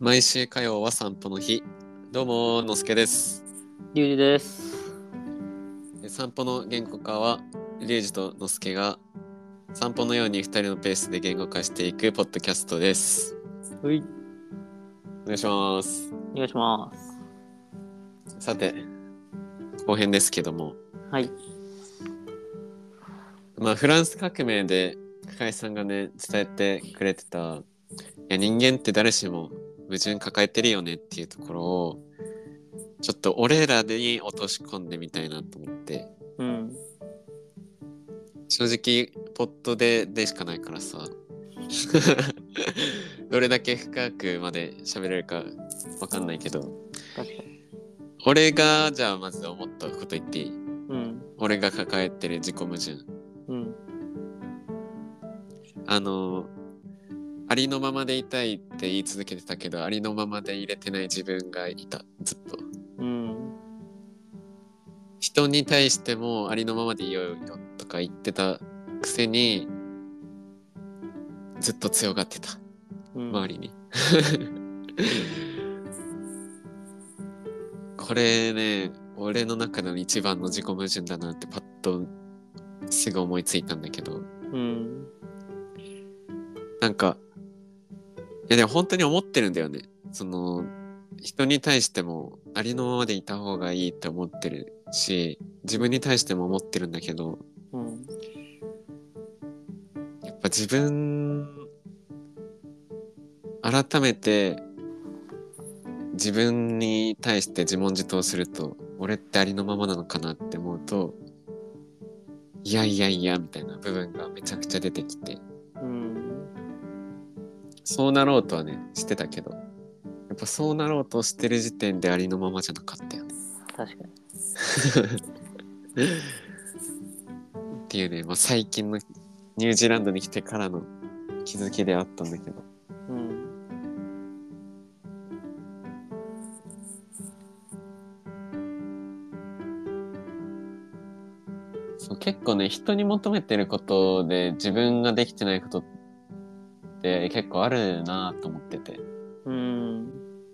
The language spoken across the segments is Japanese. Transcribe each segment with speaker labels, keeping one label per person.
Speaker 1: 毎週火曜は散歩の日。どうものすけです。
Speaker 2: リュウジです。
Speaker 1: 散歩の言語化はリュウジとのすけが散歩のように2人のペースで言語化していくポッドキャストです。
Speaker 2: はい、
Speaker 1: お願いします。
Speaker 2: お願いします。
Speaker 1: さて後編ですけども、
Speaker 2: はい。
Speaker 1: フランス革命で高橋さんがね伝えてくれてた、いや人間って誰しも矛盾抱えてるよねっていうところをちょっと俺らに落とし込んでみたいなと思って。
Speaker 2: うん。
Speaker 1: 正直ポットでしかないからさどれだけ深くまで喋れるかわかんないけど、
Speaker 2: 確かに。
Speaker 1: 俺がじゃあまず思ったこと言っていい？
Speaker 2: うん。
Speaker 1: 俺が抱えてる自己矛盾。
Speaker 2: うん。
Speaker 1: ありのままでいたいって言い続けてたけど、ありのままで入れてない自分がいた、ずっと。
Speaker 2: うん。
Speaker 1: 人に対してもありのままでいようよとか言ってたくせにずっと強がってた、周りにこれね、俺の中の一番の自己矛盾だなってパッとすぐ思いついたんだけど、
Speaker 2: うん。
Speaker 1: なんか、いやでも本当に思ってるんだよね。人に対してもありのままでいた方がいいって思ってるし、自分に対しても思ってるんだけど、
Speaker 2: うん。
Speaker 1: やっぱ自分、改めて自分に対して自問自答すると、俺ってありのままなのかなって思うと、いやいやいやみたいな部分がめちゃくちゃ出てきて、
Speaker 2: うん。
Speaker 1: そうなろうとはねしてたけど、やっぱそうなろうとしてる時点でありのままじゃなかったよね
Speaker 2: 確かに。
Speaker 1: っていうね、最近のニュージーランドに来てからの気づきであったんだけど、
Speaker 2: うん。
Speaker 1: そう結構ね、人に求めてることで自分ができてないことって結構あるなと思ってて、
Speaker 2: うん。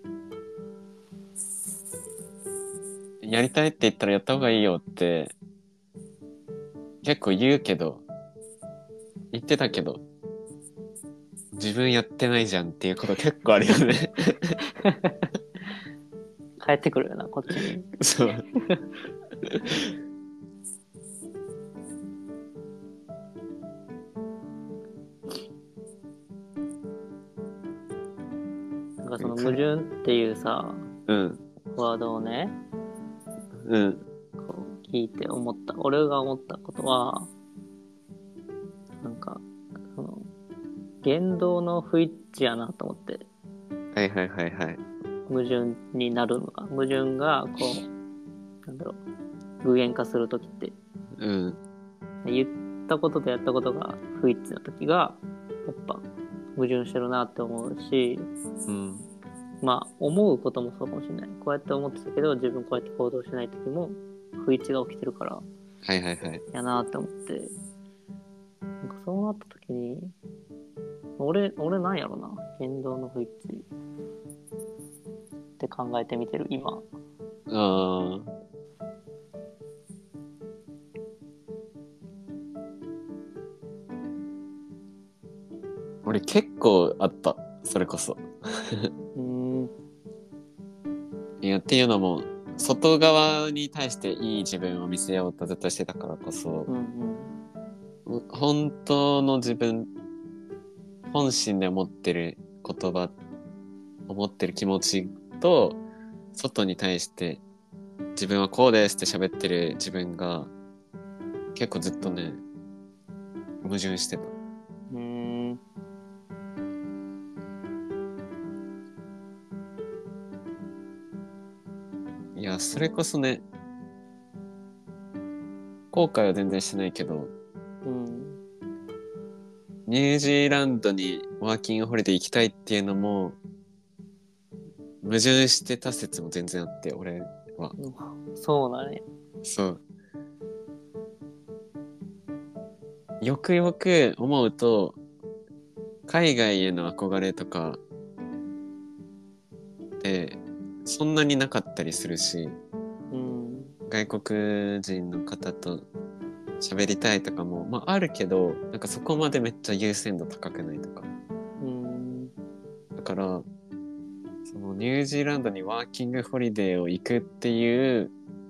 Speaker 1: やりたいって言ったらやった方がいいよって結構言ってたけど、自分やってないじゃんっていうこと結構あるよね
Speaker 2: 帰ってくるよな、こっちに。
Speaker 1: そう
Speaker 2: なんかその矛盾っていうさ、
Speaker 1: うん。
Speaker 2: ワードをね、
Speaker 1: うん。
Speaker 2: こう聞いて思った。俺が思ったことは、なんか、その、言動の不一致やなと思って。
Speaker 1: はいはいはいはい。
Speaker 2: 矛盾になるのが、矛盾がこう、なんだろう、具現化するときって、
Speaker 1: うん。
Speaker 2: 言ったこととやったことが不一致なときが、やっぱ矛盾してるなって思うし、
Speaker 1: うん。
Speaker 2: 思うこともそうかもしれない。こうやって思ってたけど、自分こうやって行動しないときも、不一致が起きてるから、
Speaker 1: はいはいはい。
Speaker 2: やなって思って、なんかそうなったときに、俺なんやろな、言動の不一致って考えてみてる、今。
Speaker 1: ああ。俺結構あった。それこそ。いや、っていうのも、外側に対していい自分を見せようとずっとしてたからこそ、本当の自分、本心で思ってる言葉、思ってる気持ちと、外に対して自分はこうですって喋ってる自分が結構ずっとね、矛盾してた。いや、それこそね、後悔は全然してないけど、ニュージーランドにワーキングホリデー行きたいっていうのも、矛盾してた説も全然あって、俺は。
Speaker 2: そうだね。
Speaker 1: そう。よくよく思うと、海外への憧れとか、 てそんなになかったりするし、
Speaker 2: うん、
Speaker 1: 外国人の方と喋りたいとかも、まあ、あるけど、なんかそこまでめっちゃ優先度高くないとか。
Speaker 2: うん、
Speaker 1: だからそのニュージーランドにワーキングホリデーを行くっていう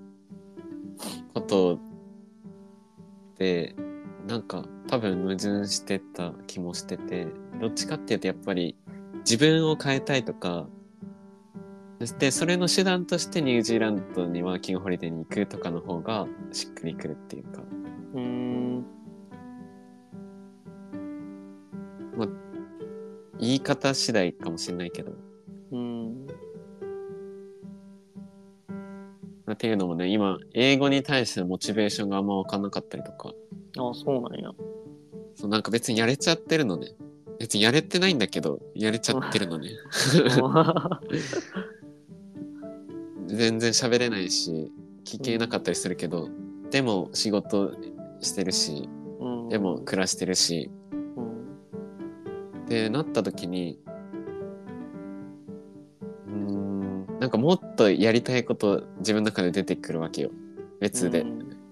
Speaker 1: ことでなんか多分矛盾してた気もしてて、どっちかっていうとやっぱり自分を変えたいとかで、それの手段としてニュージーランドにワーキングホリデーに行くとかの方がしっくりくるっていうか、まあ言い方次第かもしれないけど、っていうのもね、今英語に対してのモチベーションがあんま分かんなかったりとか。
Speaker 2: あ、そうなんや。
Speaker 1: そう、なんか別にやれちゃってるのね。別にやれてないんだけどやれちゃってるのね。全然喋れないし聞けなかったりするけど、でも仕事してるし、でも暮らしてるし、ってなった時になんかもっとやりたいこと自分の中で出てくるわけよ、別で。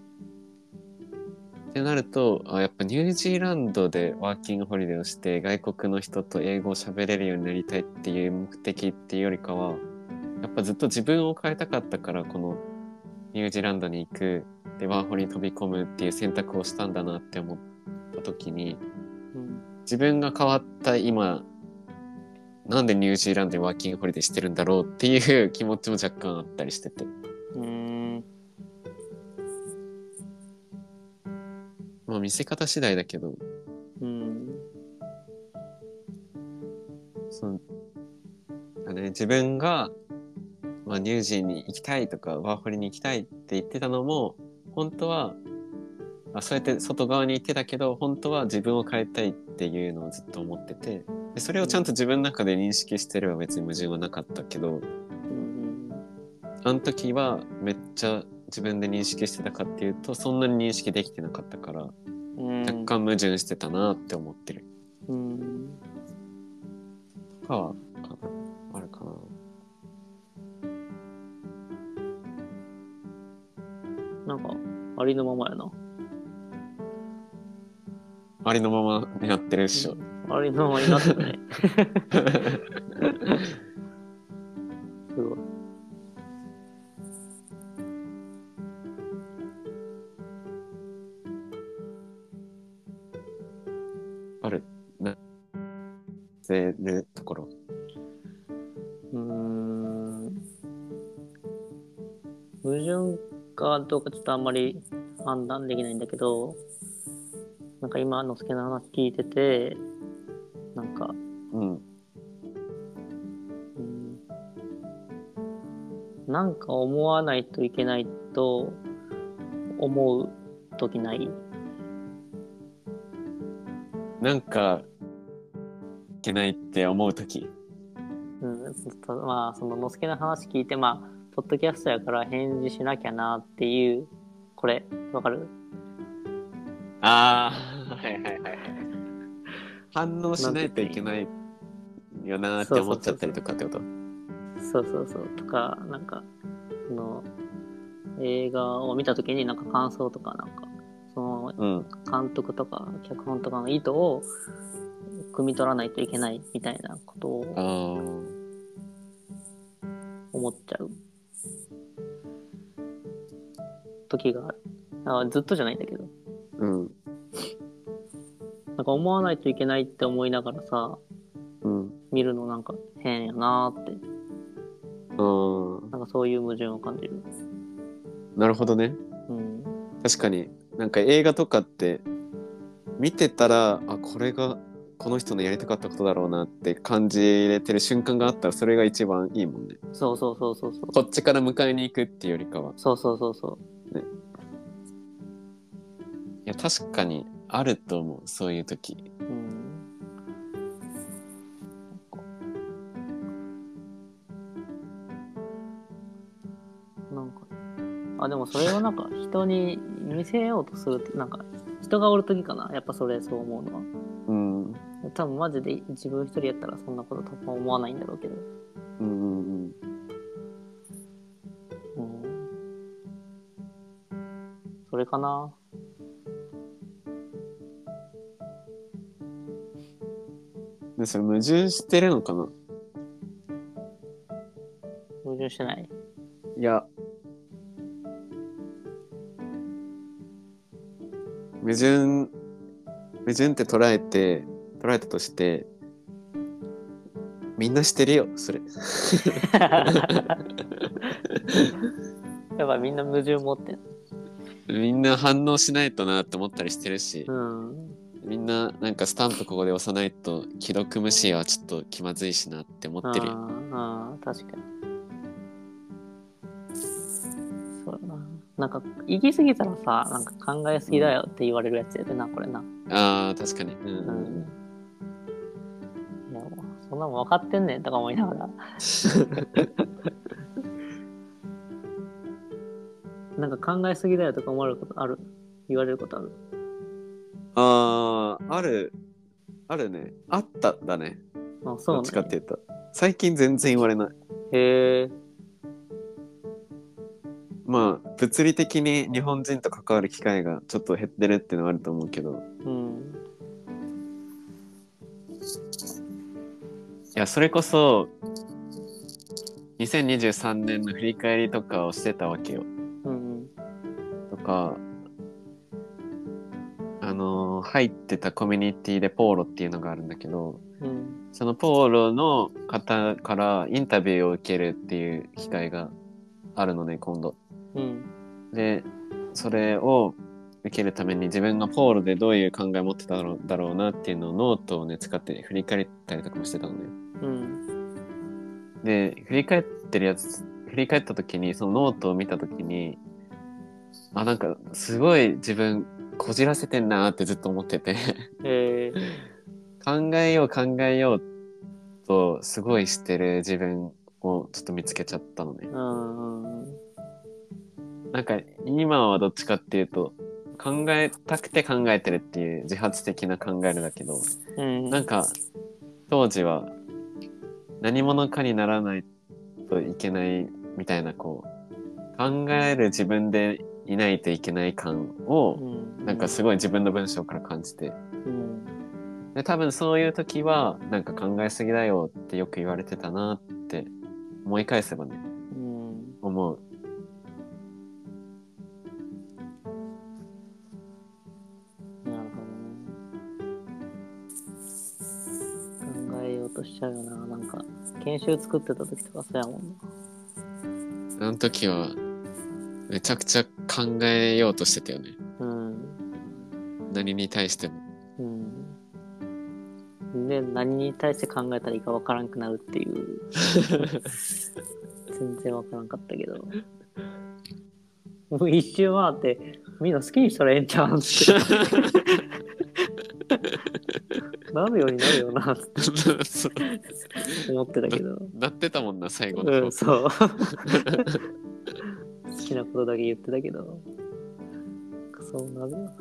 Speaker 1: ってなると、やっぱニュージーランドでワーキングホリデーをして外国の人と英語を喋れるようになりたいっていう目的っていうよりかは、やっぱずっと自分を変えたかったからこのニュージーランドに行く、でワーホリに飛び込むっていう選択をしたんだなって思った時に、自分が変わった今なんでニュージーランドでワーキングホリデーしてるんだろうっていう気持ちも若干あったりしてて、まあ見せ方次第だけど、そうだね、自分が、まあ、ニュージーに行きたいとかワーホリに行きたいって言ってたのも本当は、そうやって外側に行ってたけど本当は自分を変えたいっていうのをずっと思ってて、でそれをちゃんと自分の中で認識してれば別に矛盾はなかったけど、あの時はめっちゃ自分で認識してたかっていうとそんなに認識できてなかったから、若干矛盾してたなって思ってる。とかはあるかな。
Speaker 2: なんかありのままやな。
Speaker 1: ありのままになってるっしょ。
Speaker 2: ありのままになってない。すごい。
Speaker 1: あるなせるところ。
Speaker 2: 矛盾かどうかちょっとあんまり判断できないんだけど、なんか今のすけの話聞いてて、なんか、なんか思わないといけないと思う時ない？
Speaker 1: なんかいけないって思う時。
Speaker 2: まあそののすけの話聞いて、まあポッドキャストやから返事しなきゃなっていう、これわかる？
Speaker 1: はいはいはいはい。反応しないといけないよなって思っちゃったりとかってこと？
Speaker 2: そうとか、なんかその映画を見た時になんか感想とか、なんかその監督とか脚本とかの意図を汲み取らないといけないみたいなことを思っちゃう時がある。ずっとじゃないんだけど、なんか思わないといけないって思いながらさ、見るのなんか変やなーって、なんかそういう矛盾を感じる。
Speaker 1: なるほどね。確かになんか映画とかって見てたら、これがこの人のやりたかったことだろうなって感じれてる瞬間があったらそれが一番いいもんね。
Speaker 2: そうこ
Speaker 1: っちから迎えに行くっていうよりかは。
Speaker 2: ね。
Speaker 1: いや確かにあると思う、そういう時。
Speaker 2: なんかでもそれをなんか人に見せようとするって、なんか人がおる時かな、やっぱそれそう思うのは。多分マジで自分一人やったらそんなこと多分思わないんだろうけど、 かな。
Speaker 1: で、それ矛盾してるのかな？
Speaker 2: 矛盾してない？
Speaker 1: いや、矛盾って捉えたとして、みんなしてるよ、それ。
Speaker 2: やっぱみんな矛盾持ってん。
Speaker 1: みんな反応しないとなって思ったりしてるし、
Speaker 2: うん。
Speaker 1: みんななんかスタンプここで押さないと既読無視はちょっと気まずいしなって思ってるよ。
Speaker 2: ああ、確かに。そうだな。なんか、行き過ぎたらさ、なんか考えすぎだよって言われるやつやでな、これな。
Speaker 1: ああ、確かに。
Speaker 2: うん。いや、そんなもん分かってんねんとか思いながら。なんか考えすぎだよとか思われることある？言われることある？
Speaker 1: ああ、あるね。あっただね。
Speaker 2: あ、そうね。
Speaker 1: どっちかって言った。最近全然言われない。
Speaker 2: へえ。
Speaker 1: まあ、物理的に日本人と関わる機会がちょっと減ってるっていうのはあると思うけど。
Speaker 2: うん。
Speaker 1: いや、それこそ、2023年の振り返りとかをしてたわけよ。
Speaker 2: うん。
Speaker 1: とか、入ってたコミュニティでポーロっていうのがあるんだけど、
Speaker 2: うん。
Speaker 1: そのポーロの方からインタビューを受けるっていう機会があるのね、今度。
Speaker 2: うん。
Speaker 1: で、それを受けるために自分がポーロでどういう考えを持ってただろうなっていうのをノートをね、使って振り返ったりとかもしてたのね。
Speaker 2: うん。
Speaker 1: で、振り返った時に、そのノートを見た時に、あ、なんかすごい自分こじらせてんなってずっと思ってて考えようとすごいしてる自分をちょっと見つけちゃったのね。
Speaker 2: うん。
Speaker 1: なんか今はどっちかっていうと考えたくて考えてるっていう自発的な考えるだけど、
Speaker 2: うん。
Speaker 1: なんか当時は何者かにならないといけないみたいなこう考える自分でいないといけない感を、なんかすごい自分の文章から感じて、で多分そういう時はなんか考えすぎだよってよく言われてたなって思い返せばね、思う。
Speaker 2: なるほどね。考えようとしちゃうよな。なんか研修作ってた時とかそうやもん
Speaker 1: あの時はめちゃくちゃ考えようとしてたよね。何に対しても。
Speaker 2: で、何に対して考えたらいいかわからんくなるっていう。全然わからんかったけど。もう一周回って、みんな好きにしたらええんちゃうんって。なるようになるよなって思ってたけど。
Speaker 1: なってたもんな、最後の方。
Speaker 2: そう。好きなことだけ言ってたけど。そうなるよ。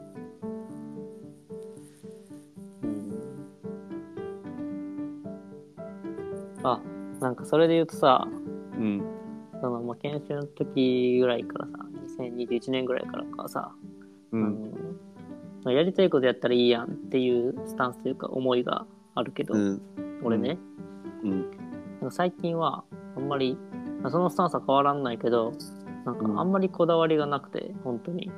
Speaker 2: あ、なんかそれで言うとさ、そのまあ、研修の時ぐらいからさ、2021年ぐらいからかさ、まあ、やりたいことやったらいいやんっていうスタンスというか思いがあるけど、俺ね、なんか最近はあんまり、そのスタンスは変わらないけど、なんかあんまりこだわりがなくて、本当に。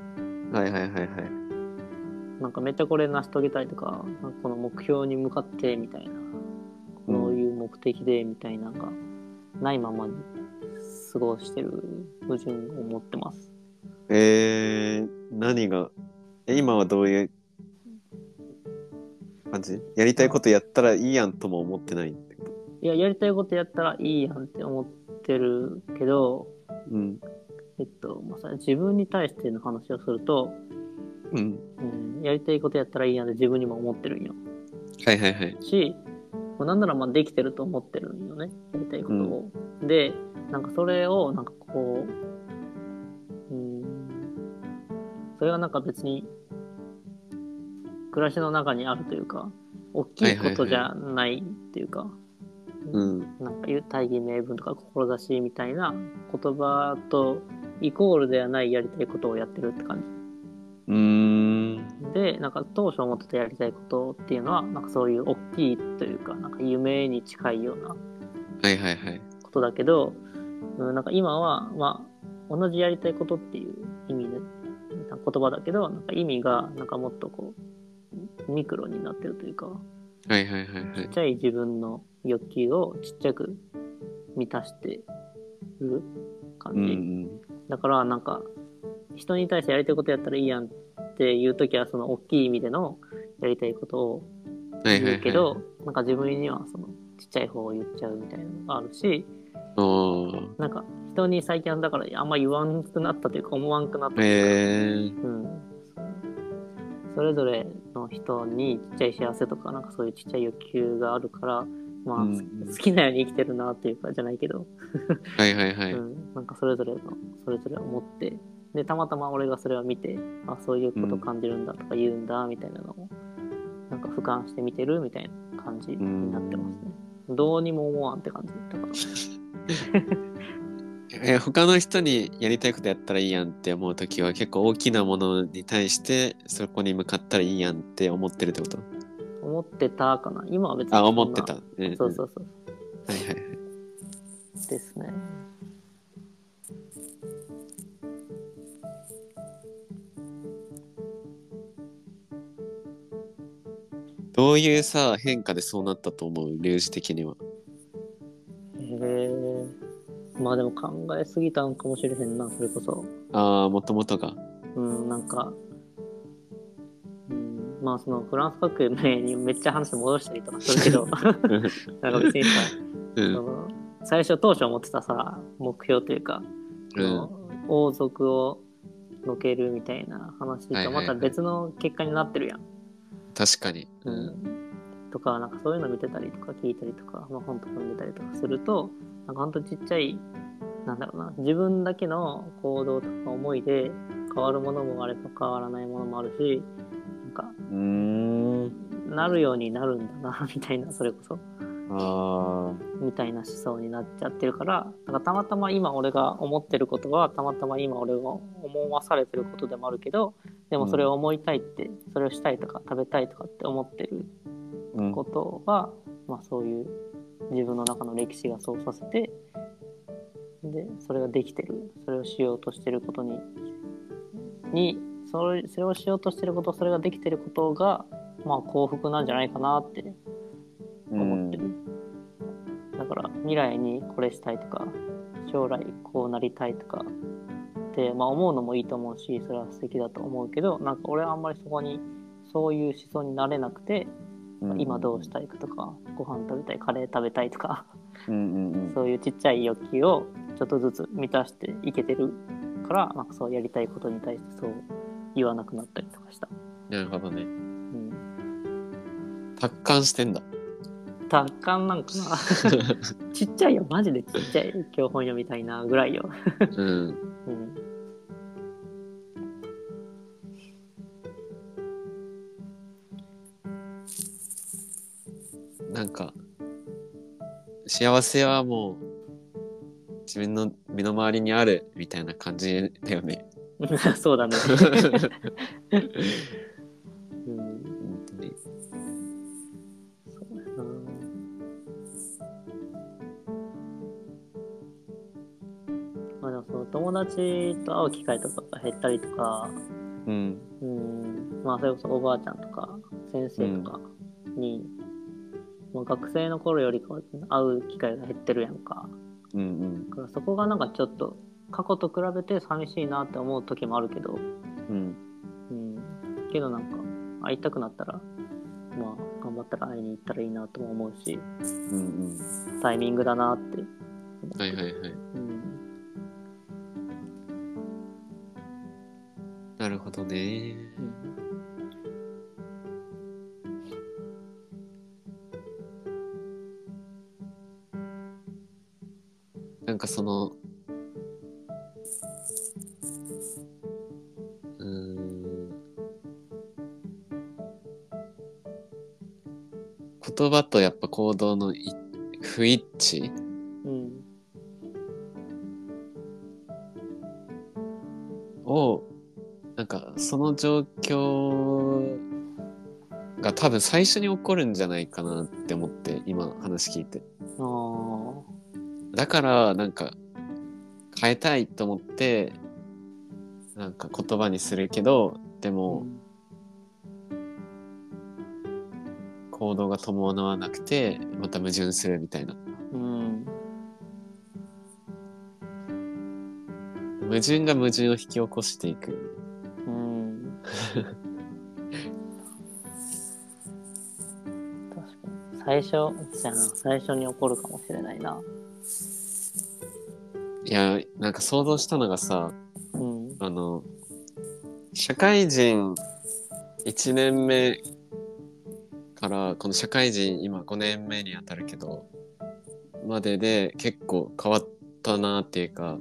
Speaker 2: なんかめっちゃこれ成し遂げたいとか、なんかこの目標に向かってみたいな、こういう目的でみたいなのがないままに過ごしてる矛盾を持ってます。
Speaker 1: 何が今はどういう感じ？やりたいことやったらいいやんとも思ってないってこと？
Speaker 2: いや、やりたいことやったらいいやんって思ってるけど、まあ、自分に対しての話をすると、やりたいことやったらいいやんって自分にも思ってるんよ。し、なんならまあできてると思ってるんよね。やりたいことを。で、なんかそれをなんかこう、それがなんか別に暮らしの中にあるというか、大きいことじゃないっていうか、なんか大義名分とか志みたいな言葉とイコールではないやりたいことをやってるって感じ。 で、なんか当初思ってたやりたいことっていうのは、なんかそういう大きいというか、なんか夢に近いような
Speaker 1: はいはいはい。
Speaker 2: ことだけど、なんか今は、まあ、同じやりたいことっていう意味で、言葉だけど、なんか意味が、なんかもっとこう、ミクロになってるというか、
Speaker 1: はいはいはいはい。
Speaker 2: ちっちゃい自分の欲求をちっちゃく満たしてる感じ。だからなんか、人に対してやりたいことやったらいいやんっていうときは、その大きい意味でのやりたいことを言うけど、なんか自分にはそのちっちゃい方を言っちゃうみたいなのがあるし、なんか人に最近だからあんま言わんくなったというか思わんくなったというか、それぞれの人にちっちゃい幸せとかなんかそういうちっちゃい欲求があるから、まあ、好きなように生きてるなっていうかじゃないけどなんかそれぞれ思ってでたまたま俺がそれを見てあそういうこと感じるんだとか言うんだみたいなのをなんか俯瞰して見てるみたいな感じになってますね。どうにも思わんって感じだ
Speaker 1: から他の人にやりたいことやったらいいやんって思うときは結構大きなものに対してそこに向かったらいいやんって思ってるってこと？
Speaker 2: 思ってたかな。今は別に
Speaker 1: 思ってた、そう
Speaker 2: そう
Speaker 1: はいはいはい
Speaker 2: ですね。
Speaker 1: どういうさ変化でそうなったと思う？粒子的には。
Speaker 2: まあでも考えすぎたんかもしれへんな、それこそ。
Speaker 1: もともとが。
Speaker 2: なんか、まあそのフランス革命にめっちゃ話戻したりとかするけど、なんか別にさ、その最初当初思ってたさ、目標というか、王族をのけるみたいな話とまた別の結果になってるやん。
Speaker 1: 確かに。
Speaker 2: とか、なんかそういうの見てたりとか聞いたりとか、まあ、本とか読んでたりとかすると、なんかほんとちっちゃい、なんだろうな、自分だけの行動とか思いで変わるものもあれば変わらないものもあるし、なんか、なるようになるんだな、みたいな、それこそ。みたいな思想になっちゃってるから、なんかたまたま今俺が思ってることは、たまたま今俺が思わされてることでもあるけど、でもそれを思いたいって、それをしたいとか食べたいとかって思ってることは、まあそういう自分の中の歴史がそうさせて、で、それができてる、それをしようとしてることそれをしようとしてること、それができてることが、まあ幸福なんじゃないかなって思ってる。だから未来にこれしたいとか、将来こうなりたいとかって、まあ思うのもいいと思うし、それは素敵だと思うけど、なんか俺はあんまりそこにそういう思想になれなくて、今どうしたいかとか、ご飯食べたい、カレー食べたいとか、そういうちっちゃい欲求をちょっとずつ満たしていけてるから、なんかそうやりたいことに対してそう言わなくなったりとかした。
Speaker 1: なるほどね。達観してんだ。
Speaker 2: 達観なんかなちっちゃいよ、マジでちっちゃい。教本読みたいなぐらいよ。
Speaker 1: なんか幸せはもう自分の身の回りにあるみたいな感じだよね。
Speaker 2: そうだね。
Speaker 1: 本当に。
Speaker 2: そうやな。まあでもその友達と会う機会とかが減ったりとか、まあそれこそおばあちゃんとか先生とかに、もう学生の頃よりかは会う機会が減ってるやんか。だからそこがなんかちょっと過去と比べて寂しいなって思う時もあるけど、けどなんか会いたくなったらまあ頑張ったら会いに行ったらいいなとも思うし、タイミングだなって思って。
Speaker 1: はいはいはい。なるほどね。なんかその言葉とやっぱ行動の不一致、をなんかその状況が多分最初に起こるんじゃないかなって思って、今話聞いて。だからなんか変えたいと思ってなんか言葉にするけど、でも、行動が伴わなくてまた矛盾するみたいな、矛盾が矛盾を引き起こしていく。
Speaker 2: 確かに最初に起こるかもしれないな。
Speaker 1: いや、なんか想像したのがさ、社会人1年目からこの社会人今5年目に当たるけどまでで結構変わったなっていうか、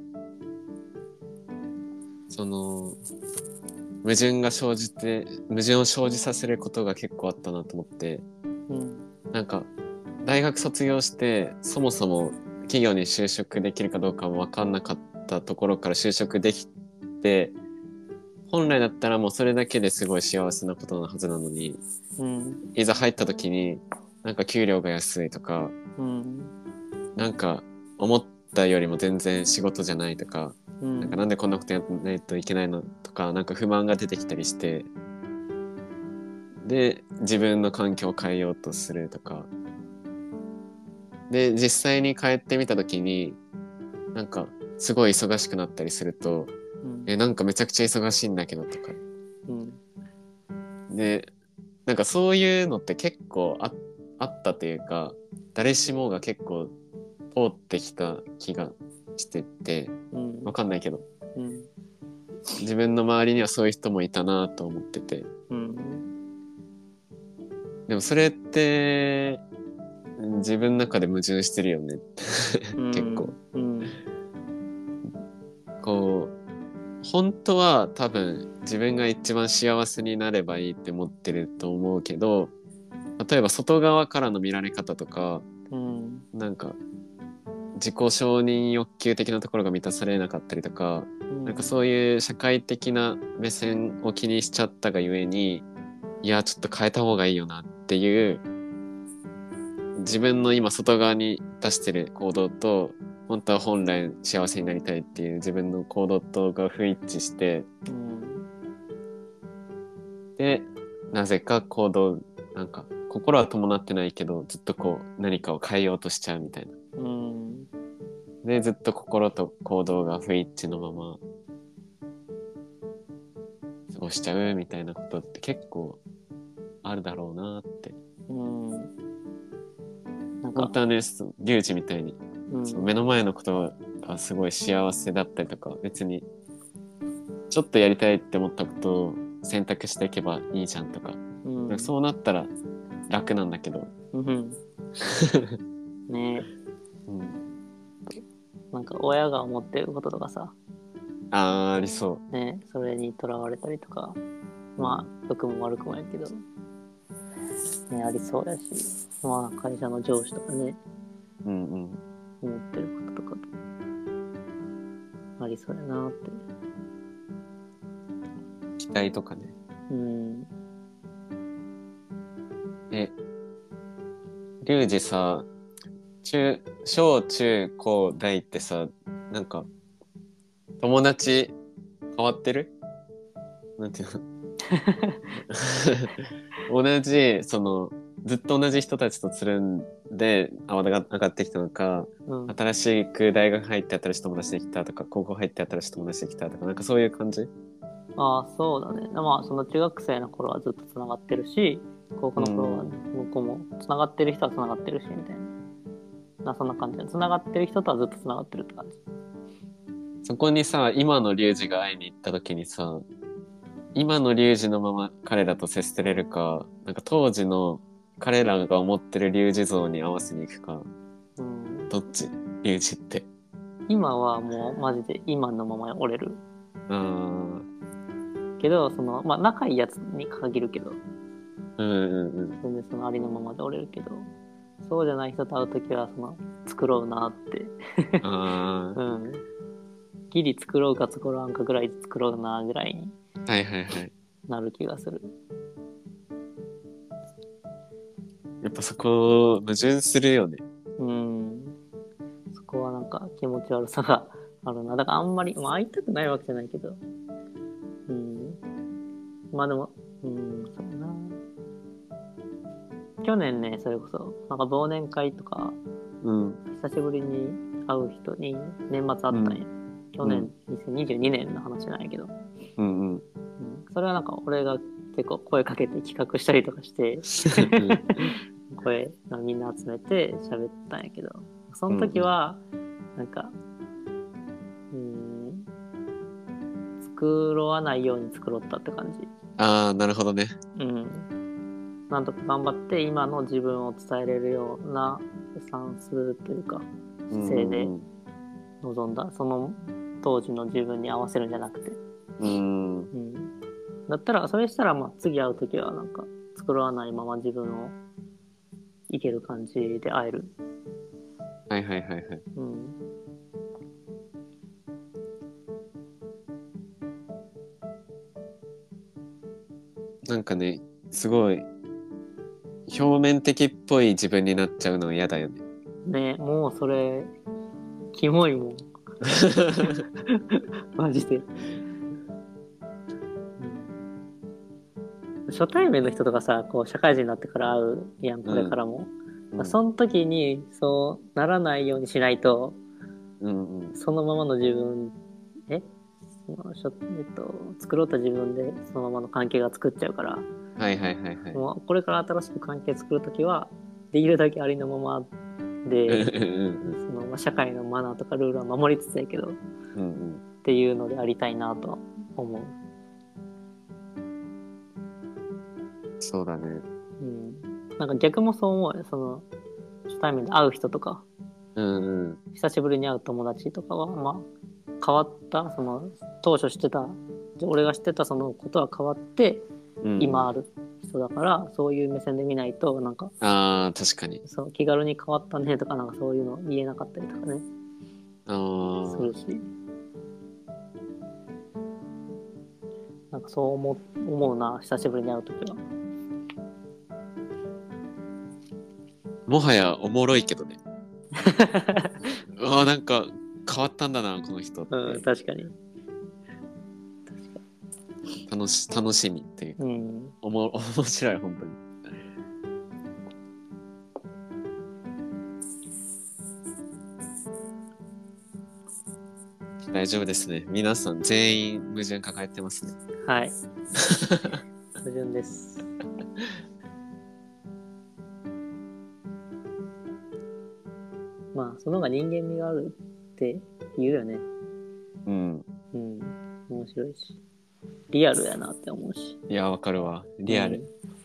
Speaker 1: その矛盾を生じさせることが結構あったなと思って、なんか大学卒業してそもそも企業に就職できるかどうかも分かんなかったところから就職できて、本来だったらもうそれだけですごい幸せなことなはずなのに、いざ入った時になんか給料が安いとか、なんか思ったよりも全然仕事じゃないとか、なんでこんなことやらないといけないのとか、なんか不満が出てきたりして、で自分の環境を変えようとするとかで、実際に帰ってみた時になんかすごい忙しくなったりすると、なんかめちゃくちゃ忙しいんだけどとか、でなんかそういうのって結構あったというか、誰しもが結構通ってきた気がしてて、わかんないけど、自分の周りにはそういう人もいたなと思ってて、でもそれって自分の中で矛盾してるよね結構、こう本当は多分自分が一番幸せになればいいって思ってると思うけど、例えば外側からの見られ方とか、なんか自己承認欲求的なところが満たされなかったりとか、なんかそういう社会的な目線を気にしちゃったがゆえに、いやちょっと変えた方がいいよなっていう自分の今外側に出してる行動と、本当は本来幸せになりたいっていう自分の行動とが不一致して、でなぜか行動なんか心は伴ってないけどずっとこう何かを変えようとしちゃうみたいな、でずっと心と行動が不一致のまま過ごしちゃうみたいなことって結構あるだろうなって。本当はね、リュウジみたいに、その目の前のことがすごい幸せだったりとか、別にちょっとやりたいって思ったことを選択していけばいいじゃんとか、そうなったら楽なんだけど、
Speaker 2: ねえ、なんか親が思ってることとかさ、
Speaker 1: ありそう。
Speaker 2: ね、それにとらわれたりとか、まあ良くも悪くもやけど、ね、ありそうやし、まあ会社の上司とかね、思ってることとかとありそうやなって。
Speaker 1: 期待とかね。リュウジさ、小中高大ってさ、なんか友達変わってる？なんていうの同じそのずっと同じ人たちとつるんで上がってきたのか、新しく大学入って新しい友達できたとか、高校入って新しい友達できたとか、なんかそういう感じ？
Speaker 2: ああ、そうだね。まあその中学生の頃はずっとつながってるし、高校の頃は向こうもつながってる人はつながってるしみたいな、そんな感じで、つながってる人とはずっとつながってるって感じ。
Speaker 1: そこにさ、今のリュウジが会いに行った時にさ、今のリュウジのまま彼らと接してれるか、なんか当時の彼らが思ってるリュウジ像に合わせに行くか、どっち？リュウジって。
Speaker 2: 今はもうマジで今のまま折れる。けどそのまあ仲いいやつに限るけど、全然そのありのままで折れるけど、そうじゃない人と会うときはその作ろうなってギリ作ろうか作らんかぐらい作ろうなぐらいに
Speaker 1: はいはいはい。
Speaker 2: なる気がする。
Speaker 1: やっぱそこ矛盾するよね。
Speaker 2: そこはなんか気持ち悪さがあるな。だからあんまり、まあ会いたくないわけじゃないけど。まあでも、そうな。去年ね、それこそ、なんか忘年会とか、久しぶりに会う人に年末会ったんや。去年、2022年の話なんやけど。それはなんか俺が結構声かけて企画したりとかして、みんな集めて喋ったんやけど、その時は、なんか、作らないように作ろったって感じ。
Speaker 1: ああ、なるほどね。
Speaker 2: なんとか頑張って今の自分を伝えれるようなスタンスというか姿勢で臨んだ、その当時の自分に合わせるんじゃなくて、だったらそれしたらまあ次会う時はなんか作らないまま自分をいける感じで会える。
Speaker 1: はいはいはいはい。なんかね、すごい表面的っぽい自分になっちゃうの嫌だよね。
Speaker 2: ね、もうそれキモいもん。マジで。初対面の人とかさ、こう社会人になってから会うやん、これからも。その時にそうならないようにしないと、そのままの自分、作ろうと自分でそのままの関係が作っちゃうから、もうこれから新しく関係作るときはできるだけありのままでその社会のマナーとかルールは守りつつやけど、っていうのでありたいなと思う。
Speaker 1: そうだね。
Speaker 2: なんか逆もそう思うよ。その初対面で会う人とか、久しぶりに会う友達とかはまあ変わった、その当初知ってた、俺が知ってたそのことは変わって、今ある人だから、そういう目線で見ないとなんか、
Speaker 1: 確かに
Speaker 2: そう気軽に変わったねとか、なんかそういうの言えなかったりとかね、するし、なんかそう思うな、久しぶりに会うときは。
Speaker 1: もはやおもろいけどね。なんか変わったんだなこの人って。
Speaker 2: 確かに
Speaker 1: 楽しみっていう、面白い本当に。大丈夫ですね。皆さん全員矛盾抱えてますね。
Speaker 2: はい。矛盾です。まあその方が人間味があるって言うよね。面白いしリアルやなって思うし。
Speaker 1: いやわかるわ、リアル。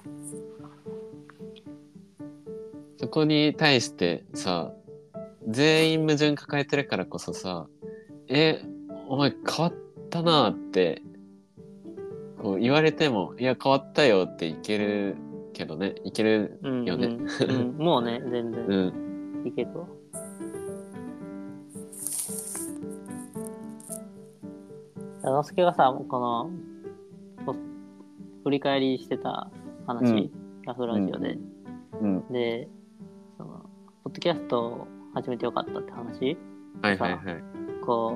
Speaker 1: そこに対してさ、全員矛盾抱えてるからこそさ、お前変わったなってこう言われても、いや変わったよっていけるけどね、いけるよね。
Speaker 2: もうね、全然いけるわ。のすけがさ、この振り返りしてた話、ラフラジオで、で、そのポッドキャストを始めてよかったって話、こ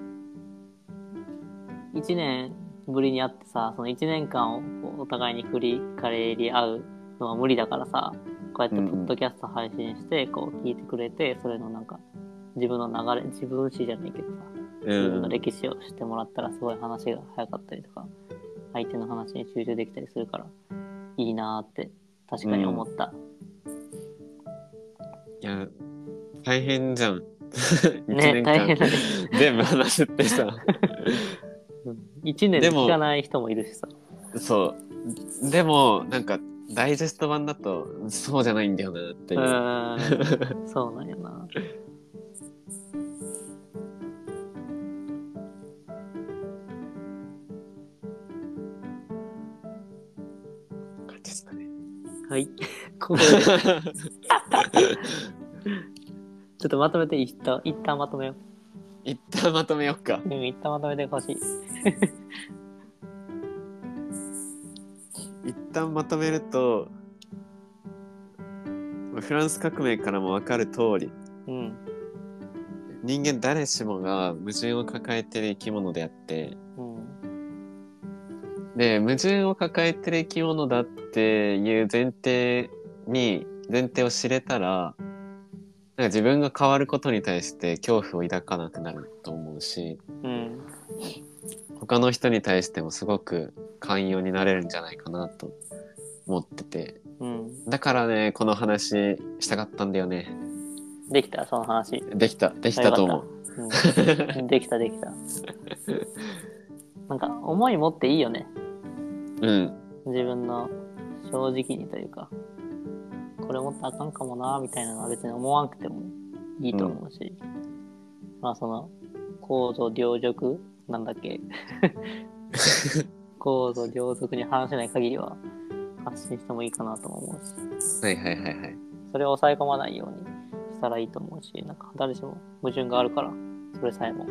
Speaker 2: う1年ぶりに会ってさ、その1年間をお互いに振り返り合うのは無理だからさ、こうやってポッドキャスト配信してこう聞いてくれて、それのなんか自分の流れ、自分史じゃないけどさ、自分の歴史を知ってもらったらすごい話が早かったりとか、相手の話に集中できたりするからいいなーって確かに思った。
Speaker 1: いや大変じゃん。
Speaker 2: ね、大変だね。
Speaker 1: 全部話ってさ。
Speaker 2: 1年で聞かない人もいるしさ。
Speaker 1: そう。でもなんかダイジェスト版だとそうじゃないんだよなっていう。
Speaker 2: そうなんやな。
Speaker 1: 感じですかね。
Speaker 2: はい。ここでちょっとまとめて一旦まとめよう。
Speaker 1: 一旦まとめよっか。
Speaker 2: 一旦まとめてほしい。
Speaker 1: 一旦まとめると、フランス革命からも分かる通り、
Speaker 2: うん。
Speaker 1: 人間誰しもが矛盾を抱えている生き物であって、
Speaker 2: うん。
Speaker 1: で、矛盾を抱えている生き物だっていう前提を知れたら、なんか自分が変わることに対して恐怖を抱かなくなると思うし、
Speaker 2: うん。
Speaker 1: 他の人に対してもすごく寛容になれるんじゃないかなと思ってて、
Speaker 2: うん。
Speaker 1: だからね、この話したかったんだよね。
Speaker 2: できた、その話。
Speaker 1: できたと思う。
Speaker 2: うん。できた。なんか、思い持っていいよね。
Speaker 1: うん。
Speaker 2: 自分の正直にというか、これもっとあかんかもな、みたいなのは別に思わなくてもいいと思うし、まあその、高度両辱なんだっけ高度両属に反しない限りは発信してもいいかなとも思うし、
Speaker 1: はい。
Speaker 2: それを抑え込まないようにしたらいいと思うし、なんか誰しも矛盾があるから、それさえも。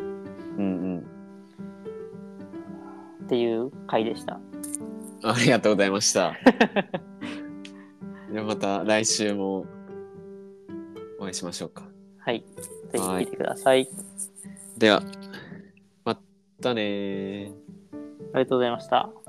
Speaker 2: っていう回でした。
Speaker 1: ありがとうございました。ではまた来週もお会いしましょうか。
Speaker 2: はい。ぜひ聞いてください。
Speaker 1: では、またねー。
Speaker 2: ありがとうございました。